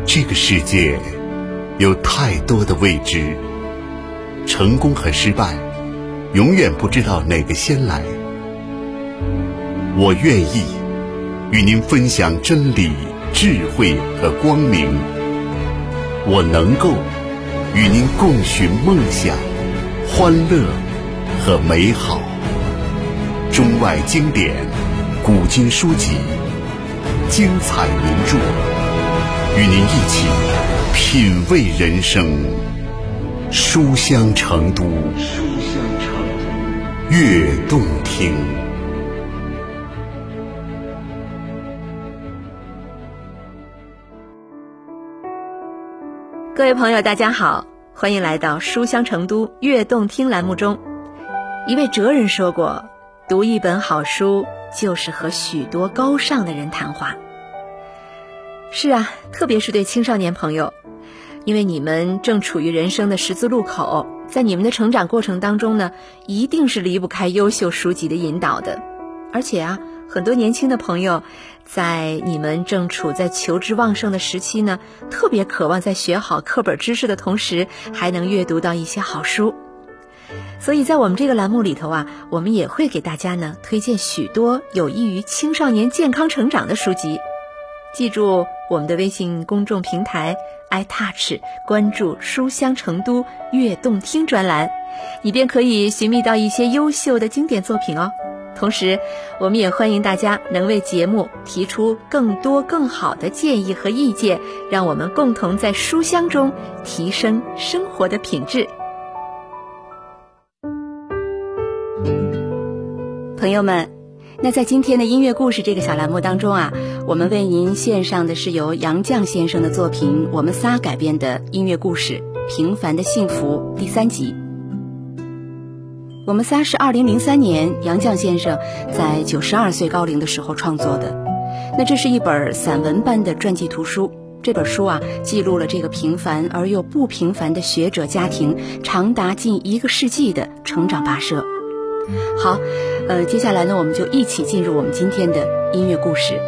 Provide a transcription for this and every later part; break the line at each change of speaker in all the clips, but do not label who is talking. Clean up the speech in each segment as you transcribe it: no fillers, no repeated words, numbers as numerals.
这个世界有太多的未知，成功和失败永远不知道哪个先来。我愿意与您分享真理、智慧和光明，我能够与您共寻梦想、欢乐和美好。中外经典、古今书籍、精彩名著，与您一起品味人生。书香成都，悦动听。
各位朋友大家好，欢迎来到书香成都悦动听栏目中。一位哲人说过，读一本好书就是和许多高尚的人谈话。是啊，特别是对青少年朋友，因为你们正处于人生的十字路口，在你们的成长过程当中呢，一定是离不开优秀书籍的引导的。而且啊，很多年轻的朋友在你们正处在求知旺盛的时期呢，特别渴望在学好课本知识的同时，还能阅读到一些好书。所以在我们这个栏目里头啊，我们也会给大家呢推荐许多有益于青少年健康成长的书籍。记住我们的微信公众平台 iTouch， 关注书香成都悦动听专栏，你便可以寻觅到一些优秀的经典作品哦。同时我们也欢迎大家能为节目提出更多更好的建议和意见，让我们共同在书香中提升生活的品质。朋友们，那在今天的音乐故事这个小栏目当中啊，我们为您献上的是由杨绛先生的作品《我们仨》改编的音乐故事《平凡的幸福》第3集。我们仨是2003年杨绛先生在92岁高龄的时候创作的。那这是一本散文般的传记图书，这本书啊，记录了这个平凡而又不平凡的学者家庭长达近1个世纪的成长跋涉。好，接下来呢，我们就一起进入我们今天的音乐故事。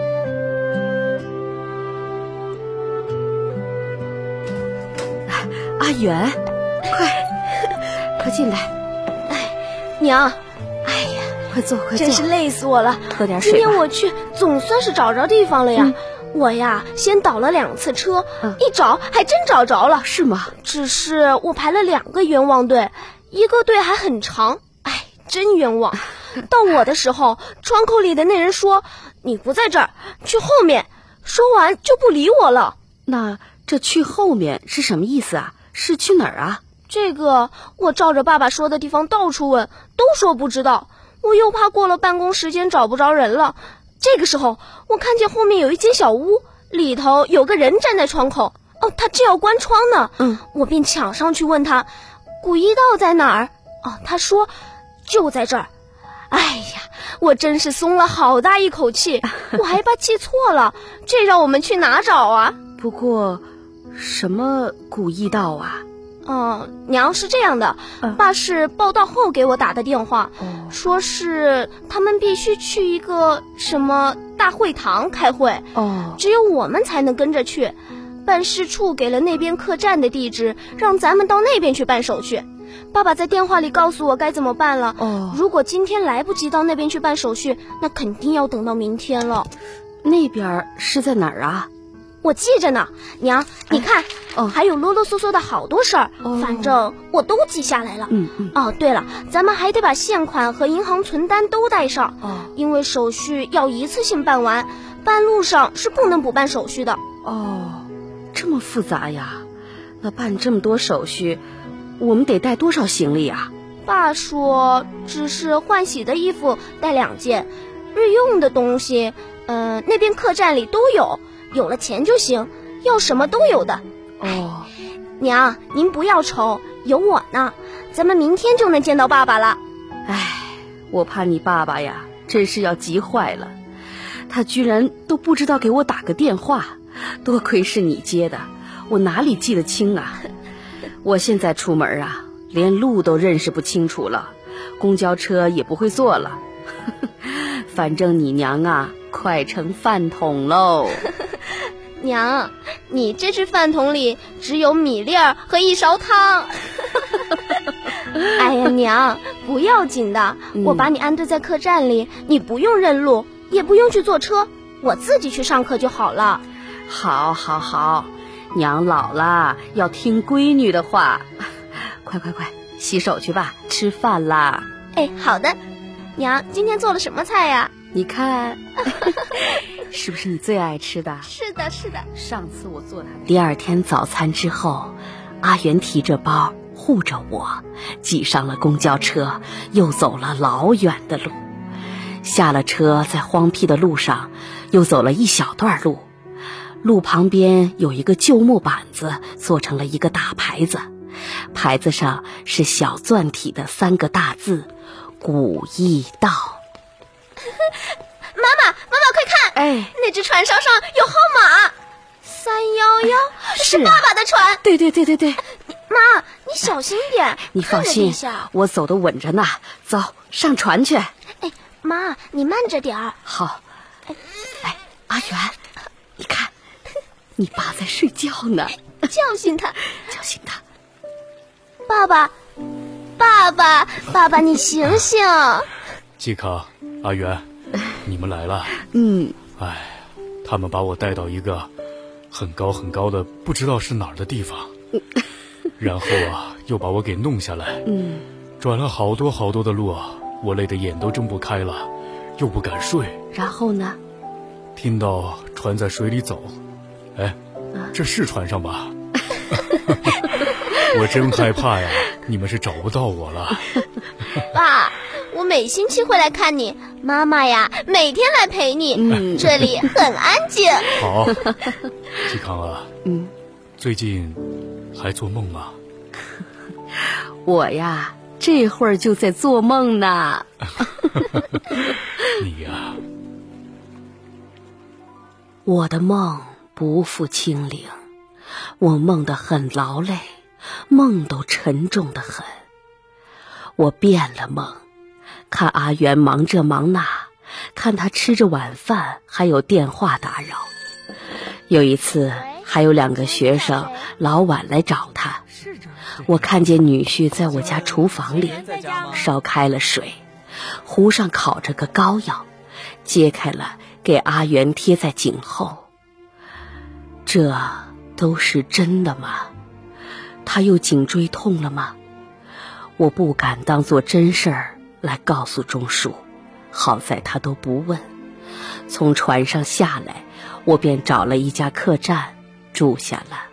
阿远，快进来。
娘，
快坐，
真是累死我了。
喝点水吧。
今天我去总算是找着地方了呀。我呀先倒了2次车，一找还真找着了。
是吗？
只是我排了2个冤枉队，一个队还很长，真冤枉。到我的时候，窗口里的那人说你不在这儿，去后面。说完就不理我了。
那这去后面是什么意思啊？是去哪儿啊？
这个我照着爸爸说的地方到处问，都说不知道。我又怕过了办公时间找不着人了。这个时候我看见后面有一间小屋，里头有个人站在窗口，他正要关窗呢。我便抢上去问他古驿道在哪儿。他说就在这儿。我真是松了好大一口气，我还怕记错了，这让我们去哪找啊？
不过什么古驿道啊？
娘，是这样的，爸是报到后给我打的电话，说是他们必须去一个什么大会堂开会，只有我们才能跟着去。办事处给了那边客栈的地址，让咱们到那边去办手续。爸爸在电话里告诉我该怎么办了。如果今天来不及到那边去办手续，那肯定要等到明天了。
那边是在哪儿啊？
我记着呢，娘，你看，还有啰啰嗦嗦的好多事儿，反正我都记下来了。对了，咱们还得把现款和银行存单都带上，因为手续要一次性办完，半路上是不能补办手续的。
这么复杂呀？那办这么多手续，我们得带多少行李啊？
爸说只是换洗的衣服带2件，日用的东西那边客栈里都有，有了钱就行，要什么都有的。娘，您不要愁，有我呢，咱们明天就能见到爸爸了。
我怕你爸爸呀真是要急坏了，他居然都不知道给我打个电话，多亏是你接的，我哪里记得清啊。我现在出门啊，连路都认识不清楚了，公交车也不会坐了。反正你娘啊快成饭桶喽。
娘，你这只饭桶里只有米粒儿和一勺汤。哎呀，娘，不要紧的，我把你安顿在客栈里，你不用认路，也不用去坐车，我自己去上课就好了。
好，好，好，娘老了要听闺女的话。快，洗手去吧，吃饭啦。
哎，好的。娘，今天做了什么菜呀？
你看，是不是你最爱吃的？
是的，是的。
上次我做的。第二天早餐之后，阿元提着包护着我，挤上了公交车，又走了老远的路。下了车，在荒僻的路上又走了一小段路，路旁边有一个旧木板子，做成了一个大牌子，牌子上是小篆体的3个大字“古驿道”。
妈妈，快看！
哎，
那只船上有号码，311，是爸爸的船。
对。
妈，你小心点。
你放心，我走得稳着呢。走上船去。
哎，妈，你慢着点儿。
好。哎，阿元，你看，你爸在睡觉呢。
叫醒他。爸爸，你醒醒。
季康，阿元，你们来了。哎，他们把我带到一个很高很高的不知道是哪儿的地方，然后又把我给弄下来。转了好多好多的路啊，我累得眼都睁不开了，又不敢睡。
然后呢？
听到船在水里走，哎，这是船上吧？我真害怕呀，你们是找不到我了。
爸，我每星期会来看你，妈妈呀，每天来陪你。这里很安静。
好，季康啊，最近还做梦吗？
我呀，这会儿就在做梦呢。
你呀，
我的梦不复清灵，我梦得很劳累，梦都沉重得很。我变了梦，看阿元忙这忙那，看他吃着晚饭，还有电话打扰。有一次还有2个学生老晚来找他，我看见女婿在我家厨房里烧开了水，壶上烤着个膏药，揭开了给阿元贴在颈后。这都是真的吗？他又颈椎痛了吗？我不敢当作真事儿来告诉钟叔，好在他都不问。从船上下来，我便找了一家客栈住下了。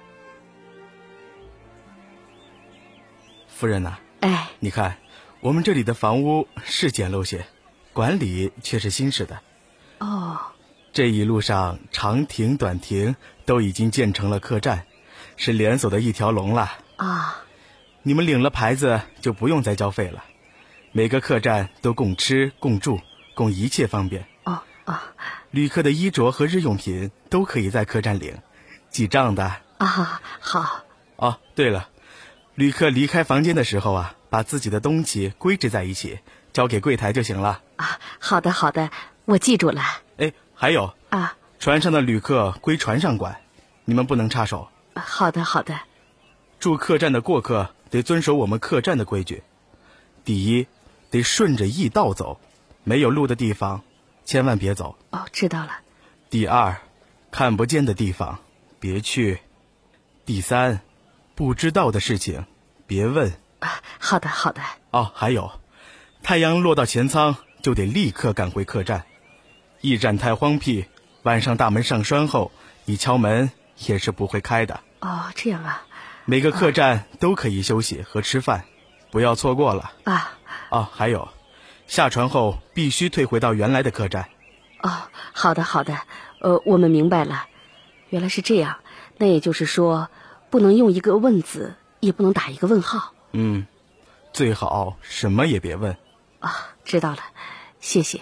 夫人呐，
哎，
你看我们这里的房屋是简陋些，管理却是新式的。
哦，
这一路上长亭短亭都已经建成了客栈，是连锁的一条龙了
啊。
你们领了牌子就不用再交费了，每个客栈都供吃供住，供一切方便。旅客的衣着和日用品都可以在客栈领，记账的。
好。
哦，对了，旅客离开房间的时候把自己的东西归置在一起，交给柜台就行了。
好的，我记住了。
哎，还有船上的旅客归船上管，你们不能插手。
好的。
住客栈的过客得遵守我们客栈的规矩。第一，得顺着驿道走，没有路的地方千万别走。
知道了。
第二，看不见的地方别去。第三，不知道的事情别问。
好的。
还有，太阳落到前舱就得立刻赶回客栈。驿站太荒僻，晚上大门上栓后，你敲门也是不会开的。
这样啊。
每个客栈都可以休息和吃饭，不要错过了。还有，下船后必须退回到原来的客栈。
好的。我们明白了，原来是这样。那也就是说，不能用一个问字，也不能打一个问号。
最好什么也别问。
知道了，谢谢。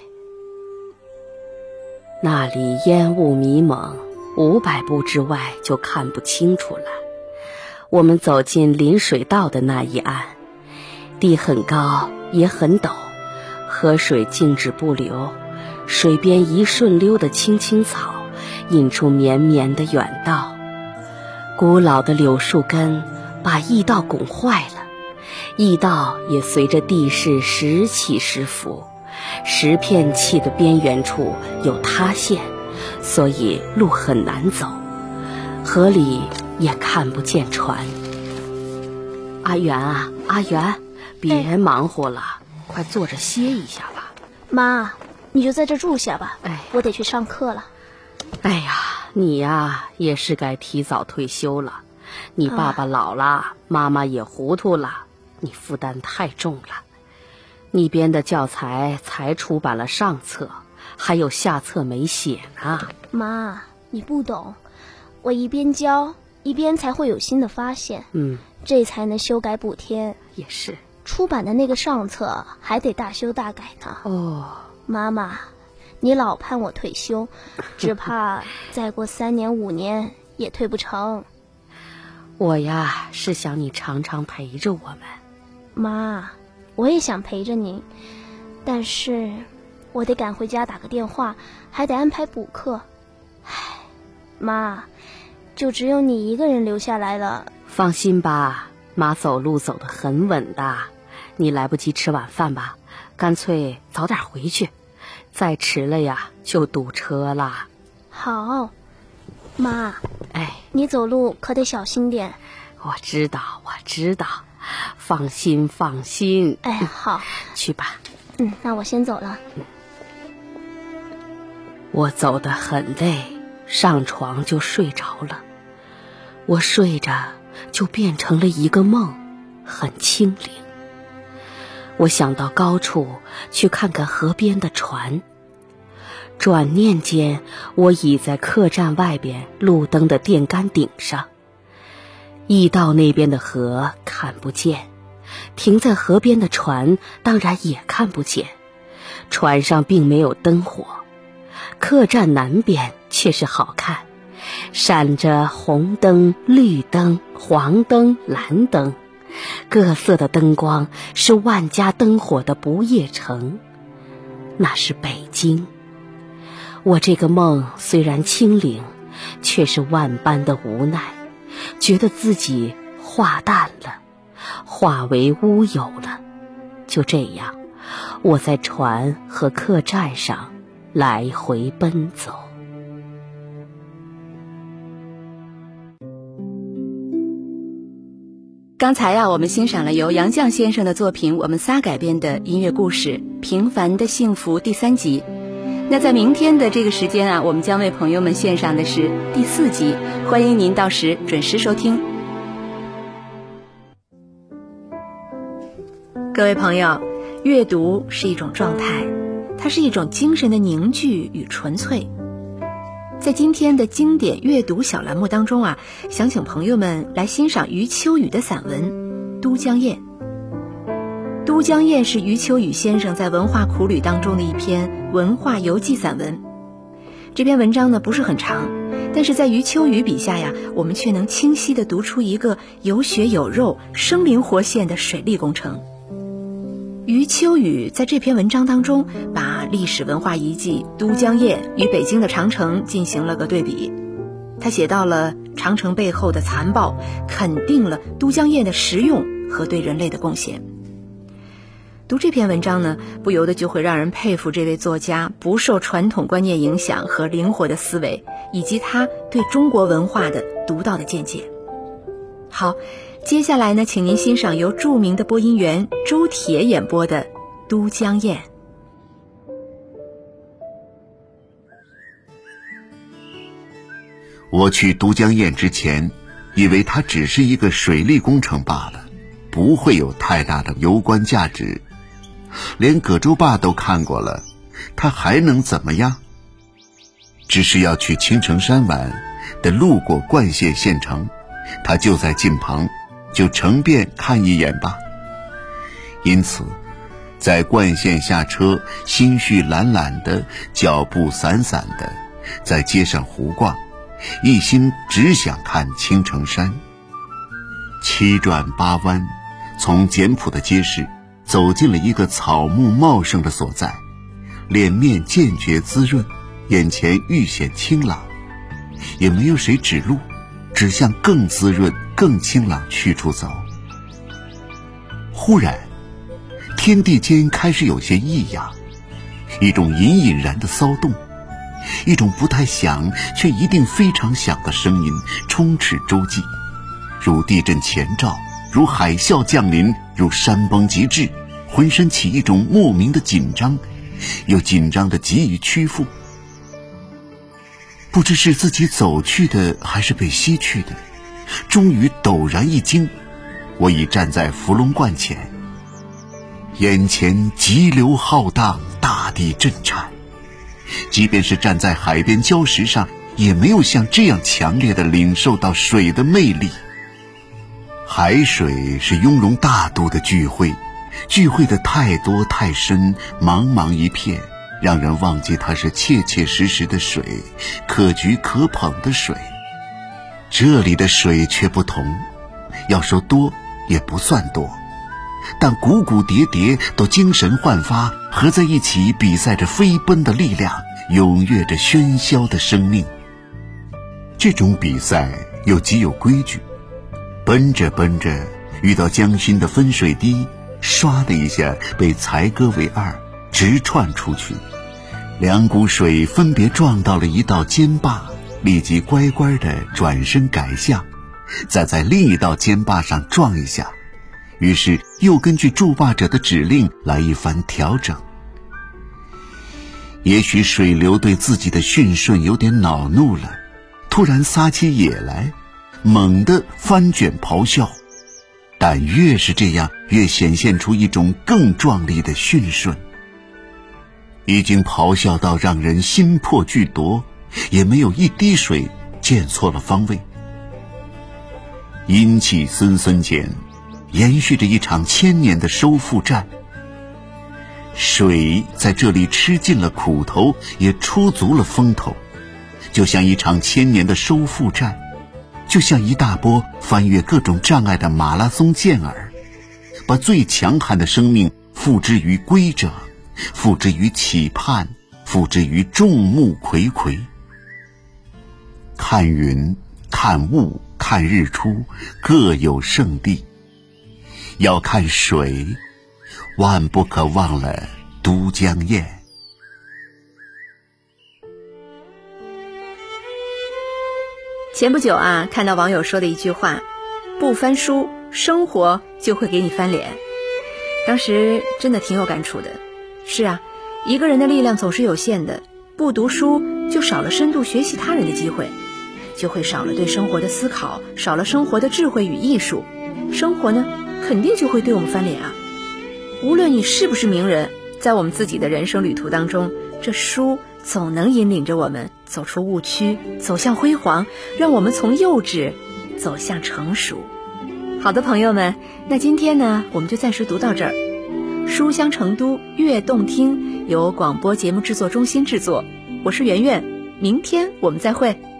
那里烟雾迷蒙，500步之外就看不清楚了。我们走进临水道的那一岸，地很高也很陡，河水静止不流，水边一顺溜的青青草， 引出绵绵的远道。古老的柳树根把驿道拱坏了，驿道也随着地势时起时伏，石片砌的边缘处有塌陷，所以路很难走，河里也看不见船。阿元啊，阿元，别忙活了，快坐着歇一下吧。
妈，你就在这住下吧，我得去上课了。
哎呀，你呀也是该提早退休了，你爸爸老了，妈妈也糊涂了，你负担太重了。你编的教材才出版了上册，还有下册没写呢。
妈，你不懂，我一边教一边才会有新的发现，这才能修改补添。
也是，
出版的那个上册还得大修大改呢。
哦，
妈妈，你老盼我退休，只怕再过3年5年也退不成。
我呀是想你常常陪着我们。
妈，我也想陪着您，但是我得赶回家打个电话，还得安排补课。唉，妈，就只有你一个人留下来了。
放心吧，妈走路走得很稳的，你来不及吃晚饭吧？干脆早点回去，再迟了呀就堵车了。
好，妈，你走路可得小心点。
我知道，放心。
好，
去吧。
那我先走了。
我走得很累，上床就睡着了。我睡着就变成了一个梦，很清灵。我想到高处去看看河边的船，转念间，我倚在客栈外边路灯的电杆顶上。驿道那边的河看不见，停在河边的船当然也看不见，船上并没有灯火。客栈南边却是好看，闪着红灯、绿灯、黄灯、蓝灯，各色的灯光是万家灯火的不夜城。那是北京。我这个梦虽然清灵，却是万般的无奈，觉得自己化淡了，化为乌有了。就这样，我在船和客栈上来回奔走。
刚才呀，我们欣赏了由杨绛先生的作品《我们仨》改编的音乐故事《平凡的幸福》第3集。那在明天的这个时间啊，我们将为朋友们献上的是第4集，欢迎您到时准时收听。各位朋友，阅读是一种状态，它是一种精神的凝聚与纯粹。在今天的经典阅读小栏目当中啊，想请朋友们来欣赏余秋雨的散文《都江堰》。《都江堰》是余秋雨先生在文化苦旅当中的一篇文化游记散文。这篇文章呢不是很长，但是在余秋雨笔下呀，我们却能清晰地读出一个有血有肉、生灵活现的水利工程。余秋雨在这篇文章当中，把历史文化遗迹都江堰与北京的长城进行了个对比。他写到了长城背后的残暴，肯定了都江堰的实用和对人类的贡献。读这篇文章呢，不由得就会让人佩服这位作家不受传统观念影响和灵活的思维，以及他对中国文化的独到的见解。好，接下来呢，请您欣赏由著名的播音员周铁演播的《都江堰》。
我去都江堰之前，以为它只是一个水利工程罢了，不会有太大的攸关价值。连葛洲坝都看过了，它还能怎么样？只是要去青城山玩，得路过灌县县城，它就在近旁，就乘便看一眼吧。因此在灌县下车，心绪懒懒的，脚步散散的，在街上胡逛，一心只想看青城山。7转8弯，从简朴的街市走进了一个草木茂盛的所在，脸面渐觉滋润，眼前愈显清朗， 也没有谁指路，只向更滋润、更清朗去处走。忽然，天地间开始有些异样，一种隐隐然的骚动，一种不太响却一定非常响的声音充斥周际，如地震前兆，如海啸降临，如山崩即至，浑身起一种莫名的紧张，又紧张的急于屈服。不知是自己走去的，还是被吸去的，终于陡然一惊，我已站在伏龙观前，眼前急流浩荡，大地震颤。即便是站在海边礁石上，也没有像这样强烈地领受到水的魅力。海水是雍容大度的聚会，聚会的太多太深，茫茫一片，让人忘记它是切切实实的水，可举可捧的水。这里的水却不同，要说多也不算多，但股股叠叠都精神焕发，合在一起比赛着飞奔的力量，踊跃着喧嚣的生命。这种比赛又极有规矩，奔着奔着，遇到江心的分水堤，唰的一下被裁割为二，直窜出去。两股水分别撞到了一道尖坝，立即乖乖地转身改向，再在另一道尖坝上撞一下，于是又根据筑坝者的指令来一番调整。也许水流对自己的驯顺有点恼怒了，突然撒起野来，猛地翻卷咆哮，但越是这样，越显现出一种更壮丽的驯顺。已经咆哮到让人心魄俱夺，也没有一滴水溅错了方位。阴气森森间，延续着一场千年的收复战。水在这里吃尽了苦头，也出足了风头，就像一场千年的收复战，就像一大波翻越各种障碍的马拉松健儿，把最强悍的生命付之于规整，付之于期盼，付之于众目睽睽。看云，看雾，看日出，各有圣地。要看水，万不可忘了都江堰。
前不久啊，看到网友说的一句话，不翻书，生活就会给你翻脸。当时真的挺有感触的。是啊，一个人的力量总是有限的，不读书就少了深度学习他人的机会，就会少了对生活的思考，少了生活的智慧与艺术，生活呢肯定就会对我们翻脸啊。无论你是不是名人，在我们自己的人生旅途当中，这书总能引领着我们走出误区，走向辉煌，让我们从幼稚走向成熟。好的朋友们，那今天呢我们就暂时读到这儿。书香成都悦动听由广播节目制作中心制作，我是圆圆，明天我们再会。